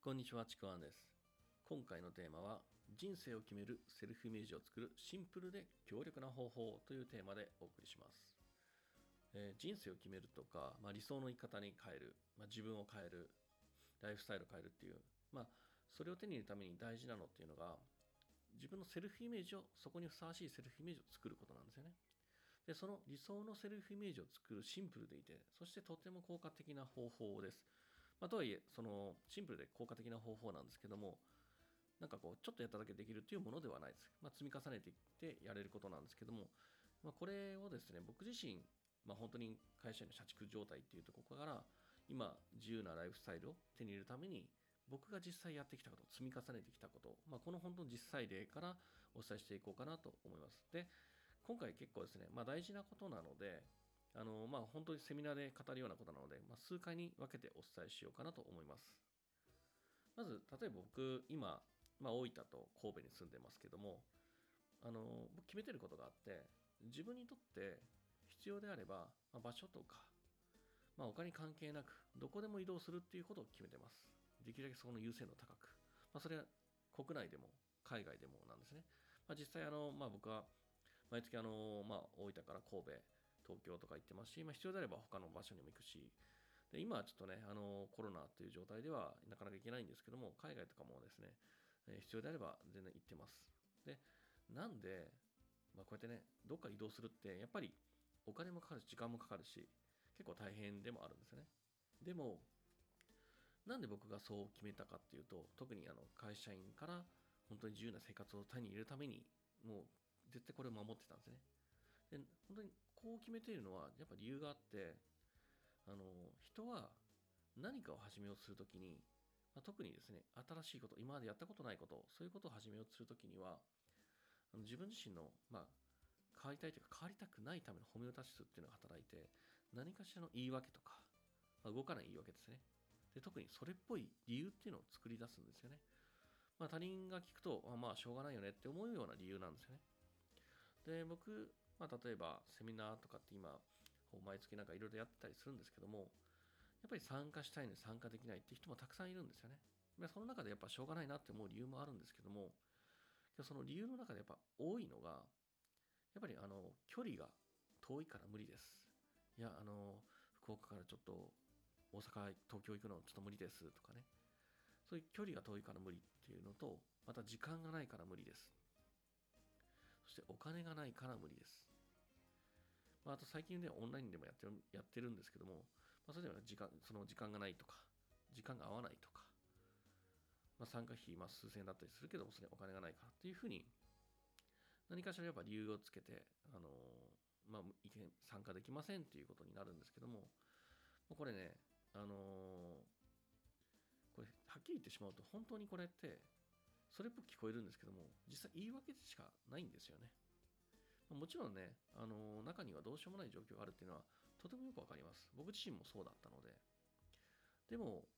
こんにちは、ちくわんです。今回のテーマは、人生を決めるセルフイメージを作るシンプルで強力な方法というテーマでお送りします。人生を決めるとか、理想の生き方に変える、自分を変える、ライフスタイルを変えるっていう、それを手に入れるために大事なのっていうのが、自分のセルフイメージを、そこにふさわしいセルフイメージを作ることなんですよね。で、その理想のセルフイメージを作るシンプルでいて、そしてとても効果的な方法です。とはいえ、そのシンプルで効果的な方法なんですけども、ちょっとやっただけできるというものではないです。積み重ねていってやれることなんですけども、これをですね、僕自身、本当に会社員の社畜状態っていうところから、今、自由なライフスタイルを手に入れるために、僕が実際やってきたこと、積み重ねてきたこと、この本当の実際例からお伝えしていこうかなと思います。で、今回結構ですね、大事なことなので、本当にセミナーで語るようなことなので、数回に分けてお伝えしようかなと思います。まず、例えば僕、今、大分と神戸に住んでますけども、僕決めてることがあって、自分にとって必要であれば、場所とか、お金関係なく、どこでも移動するっていうことを決めてます。できるだけその優先度高く。それは国内でも海外でもなんですね。実際僕は毎月大分から神戸、東京とか行ってますし、必要であれば他の場所にも行くし、で今はちょっとね、コロナという状態ではなかなか行けないんですけども、海外とかもですね、必要であれば全然行ってます。で、なんで、こうやってね、どっか移動するって、やっぱりお金もかかるし、時間もかかるし、結構大変でもあるんですよね。でも、なんで僕がそう決めたかっていうと、特に会社員から本当に自由な生活を手に入れるために、もう絶対これを守ってたんですね。で、本当にこう決めているのは、やっぱ理由があって、人は何かを始めようとするときに、特にですね、新しいこと、今までやったことないこと、そういうことを始めようとするときには、自分自身の、変わりたいというか変わりたくないためのホメオタシスっていうのが働いて、何かしらの言い訳とか、動かない言い訳ですね。で、特にそれっぽい理由っていうのを作り出すんですよね。他人が聞くと、しょうがないよねって思うような理由なんですよね。で、僕、例えばセミナーとかって今、毎月いろいろやってたりするんですけども、やっぱり参加したいのに参加できないって人もたくさんいるんですよね。その中でやっぱしょうがないなって思う理由もあるんですけども、その理由の中でやっぱ多いのが、やっぱり距離が遠いから無理です。いや、福岡からちょっと大阪、東京行くのちょっと無理ですとかね。そういう距離が遠いから無理っていうのと、また時間がないから無理です。そしてお金がないから無理です。あと最近ではオンラインでもやってるんですけども、それではその時間がないとか、時間が合わないとか、参加費、数千円だったりするけども、それお金がないからっていうふうに、何かしらやっぱ理由をつけて、参加できませんっていうことになるんですけども、これね、これはっきり言ってしまうと、本当にこれって、それっぽく聞こえるんですけども、実際言い訳でしかないんですよね。もちろんね、中にはどうしようもない状況があるっていうのは、とてもよくわかります。僕自身もそうだったので。でも、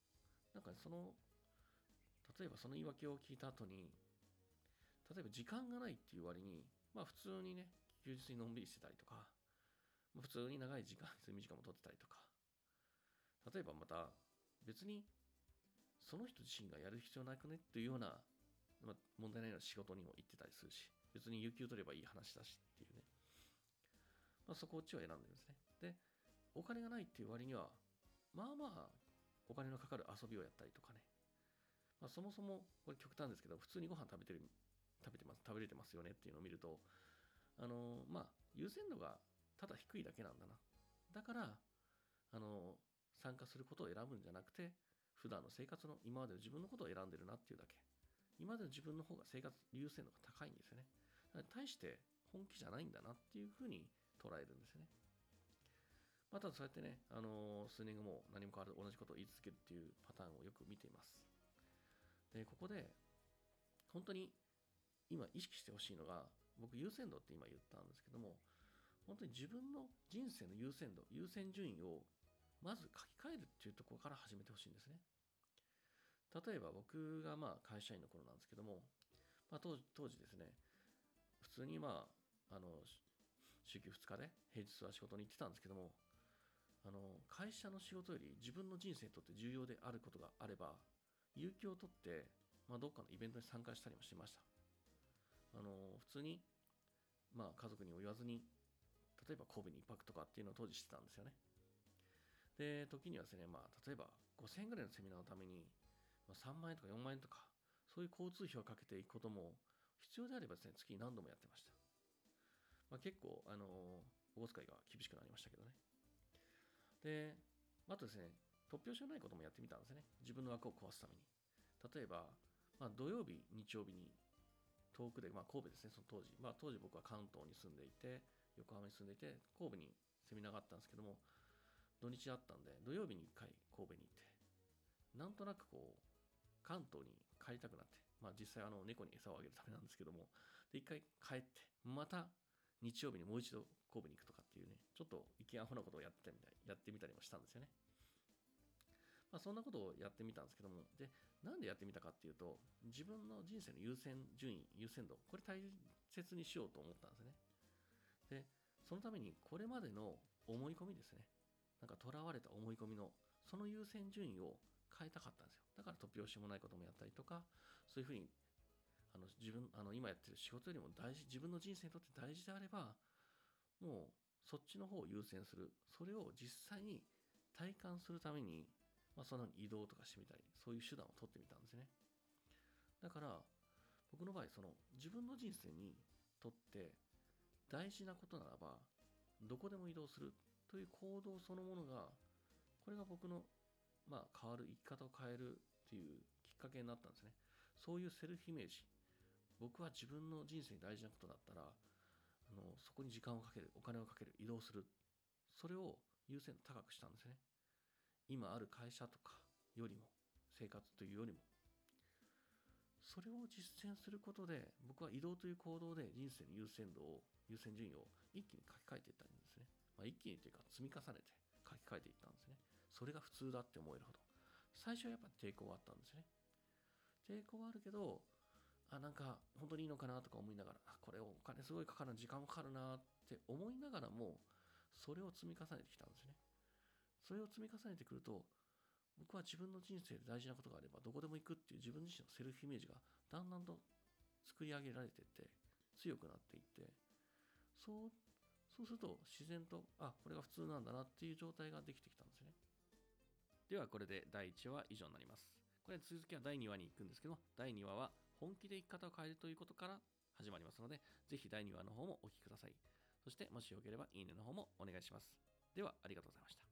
例えばその言い訳を聞いた後に、例えば時間がないっていう割に、普通にね、休日にのんびりしてたりとか、普通に長い睡眠時間も取ってたりとか、例えばまた別にその人自身がやる必要なくねっていうような、問題ないような仕事にも行ってたりするし、別に有給取ればいい話だしっていうね、そこっちを選んでるんですね。で、お金がないっていう割には、お金のかかる遊びをやったりとかね、そもそもこれ極端ですけど、普通にご飯食べれてますよねっていうのを見ると、優先度がただ低いだけなんだな。だから、参加することを選ぶんじゃなくて、普段の生活の今までの自分のことを選んでるなっていうだけ。今までの自分の方が生活優先度が高いんですよね。対して本気じゃないんだなっていうふうに捉えるんですよね。ただそうやってね、数年後も何も変わらず同じことを言い続けるっていうパターンをよく見ています。で、ここで本当に今意識してほしいのが、僕優先度って今言ったんですけども、本当に自分の人生の優先度、優先順位をまず書き換えるっていうところから始めてほしいんですね。例えば僕が会社員の頃なんですけども、当時ですね、普通に週休2日で平日は仕事に行ってたんですけども、会社の仕事より自分の人生にとって重要であることがあれば、 有給を取って、どっかのイベントに参加したりもしてました。普通に、家族にも言わずに、例えば神戸に1泊とかっていうのを当時してたんですよね。で、時にはですね、例えば5000円ぐらいのセミナーのために、3万円とか4万円とか、そういう交通費をかけていくことも必要であればですね、月に何度もやってました。結構、お小遣いが厳しくなりましたけどね。で、あとですね、突拍子のないこともやってみたんですね。自分の枠を壊すために。例えば、土曜日、日曜日に遠くで、神戸ですね、その当時。当時僕は関東に住んでいて、横浜に住んでいて、神戸にセミナーがあったんですけども、土日あったんで、土曜日に1回神戸に行って、なんとなく関東に帰りたくなって、実際猫に餌をあげるためなんですけども、で、1回帰って、また日曜日にもう一度神戸に行くとかっていうね、ちょっと意見アホなことをやってみたりもしたんですよね。そんなことをやってみたんですけども、で、なんでやってみたかっていうと、自分の人生の優先順位、優先度、これ大切にしようと思ったんですね。で、そのためにこれまでの思い込みですね。なんか囚われた思い込みの、その優先順位を変えたかったんですよ。だから突拍子もないこともやったりとか、そういうふうに、今やってる仕事よりも自分の人生にとって大事であれば、もうそっちの方を優先する。それを実際に体感するために、その移動とかしてみたり、そういう手段を取ってみたんですね。だから、僕の場合、自分の人生にとって大事なことならば、どこでも移動するという行動そのものが、これが僕の、変わる、生き方を変えるっていうきっかけになったんですね。そういうセルフイメージ。僕は自分の人生に大事なことだったら、そこに時間をかける、お金をかける、移動する。それを優先度高くしたんですね。今ある会社とかよりも、生活というよりも。それを実践することで、僕は移動という行動で人生の優先順位を一気に書き換えていったんですね。一気にというか積み重ねて書き換えていったんですね。それが普通だって思えるほど。最初はやっぱ抵抗はあったんですね。抵抗はあるけど、なんか本当にいいのかなとか思いながら、これお金すごいかかる、時間もかかるなって思いながらも、それを積み重ねてきたんですね。それを積み重ねてくると、僕は自分の人生で大事なことがあればどこでも行くっていう自分自身のセルフイメージがだんだんと作り上げられていって強くなっていって、そうすると自然とこれが普通なんだなっていう状態ができてきたんですね。ではこれで第1話は以上になります。これ続きは第2話に行くんですけど、第2話は本気で生き方を変えるということから始まりますので、ぜひ第2話の方もお聞きください。そしてもしよければいいねの方もお願いします。ではありがとうございました。